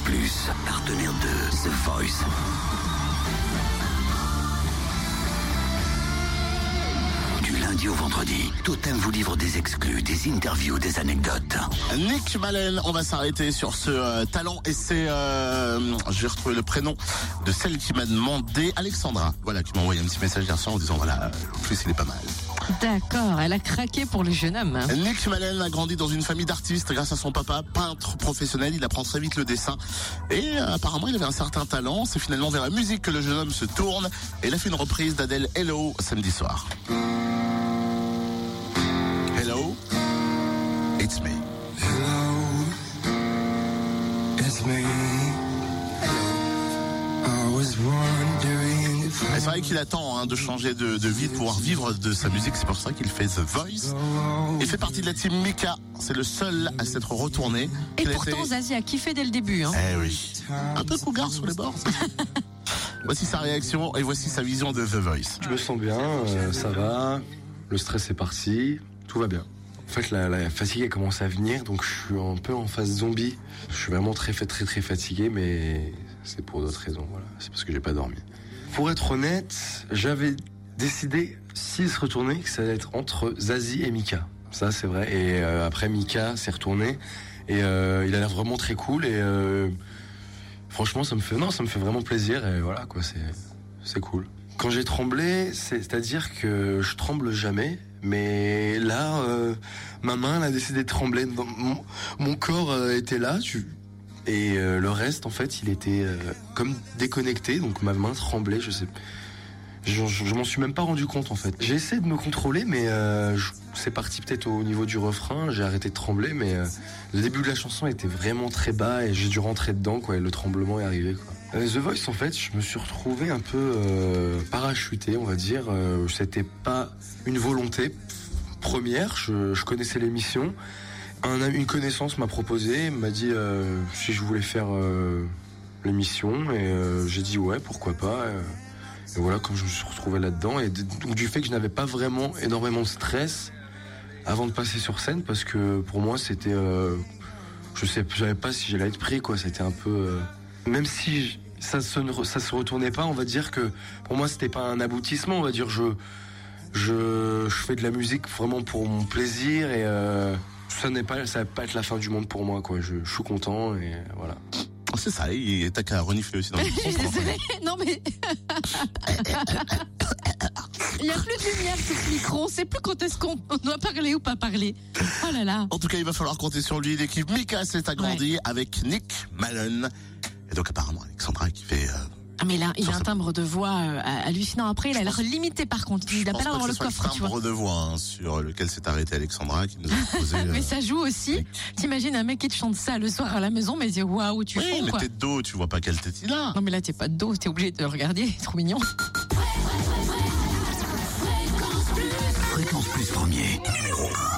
Plus, partenaire de The Voice. Du lundi au vendredi, Totem vous livre des exclus, des interviews, des anecdotes. Nick Mallen, on va s'arrêter sur ce talent et c'est, je vais retrouver le prénom de celle qui m'a demandé, Alexandra, voilà, qui m'a envoyé un petit message hier soir en disant voilà, en plus il est pas mal. D'accord, elle a craqué pour le jeune homme. Nick Mallen a grandi dans une famille d'artistes grâce à son papa, peintre professionnel. Il apprend très vite le dessin et apparemment il avait un certain talent. C'est finalement vers la musique que le jeune homme se tourne et il a fait une reprise d'Adèle Hello samedi soir. Hello, it's me. Hello, it's me. I was wondering if C'est vrai qu'il attend de changer de vie, de pouvoir vivre de sa musique. C'est pour ça qu'il fait The Voice. Il fait partie de la team Mika. C'est le seul à s'être retourné. Et pourtant, Zazie a kiffé dès le début. Eh oui. Un peu cougar sur les bords. Voici sa réaction et voici sa vision de The Voice. Je me sens bien, ça va. Le stress est parti. Tout va bien. En fait, la fatigue a commencé à venir, donc je suis un peu en phase zombie. Je suis vraiment très fatigué, mais c'est pour d'autres raisons. Voilà, c'est parce que j'ai pas dormi. Pour être honnête, j'avais décidé, s'il se retournait, que ça allait être entre Zazie et Mika. Ça, c'est vrai. Et après, Mika s'est retourné et il a l'air vraiment très cool. Et franchement, ça me fait vraiment plaisir. Et voilà, quoi, c'est cool. Quand j'ai tremblé, c'est-à-dire que je tremble jamais. Mais là, ma main elle a décidé de trembler. Mon corps était là, et le reste, en fait, il était comme déconnecté. Donc ma main tremblait, je sais. Je m'en suis même pas rendu compte, en fait. J'ai essayé de me contrôler, mais c'est parti peut-être au niveau du refrain. J'ai arrêté de trembler, mais le début de la chanson était vraiment très bas et j'ai dû rentrer dedans, quoi. Et le tremblement est arrivé, quoi. The Voice, en fait, je me suis retrouvé un peu parachuté, on va dire. C'était pas une volonté première. Je connaissais l'émission. Une connaissance m'a proposé, m'a dit si je voulais faire l'émission, et j'ai dit ouais, pourquoi pas. Et voilà, comme je me suis retrouvé là-dedans, et donc du fait que je n'avais pas vraiment énormément de stress avant de passer sur scène, parce que pour moi c'était, je savais pas si j'allais être pris, quoi. C'était un peu, même si ça se retournait pas, on va dire que pour moi c'était pas un aboutissement, on va dire. Je fais de la musique vraiment pour mon plaisir, et ça va pas être la fin du monde pour moi, quoi. Je suis content, et voilà. C'est ça, et t'as qu'à renifler aussi dans le micro. Je suis désolée, non mais... Il n'y a plus de lumière sur ce micro, on sait plus quand est-ce qu'on doit parler ou pas parler. Oh là là. En tout cas, il va falloir compter sur lui. L'équipe Mika s'est agrandie avec Nick Mallen. Et donc apparemment Alexandra qui fait... Ah mais là, il a un timbre de voix hallucinant. Après, il a l'air limité par contre. Il n'a pas l'air d'avoir le coffre, tu vois. timbre de voix sur lequel s'est arrêté Alexandra qui nous a posé. Mais ça joue aussi. T'imagines un mec qui te chante ça le soir à la maison, mais il dit waouh, tu fais quoi. Mais t'es de dos, tu vois pas quelle tête il a. Non mais là t'es pas de dos, t'es obligé de le regarder, c'est trop mignon. Fréquence Plus premier, numéro 1.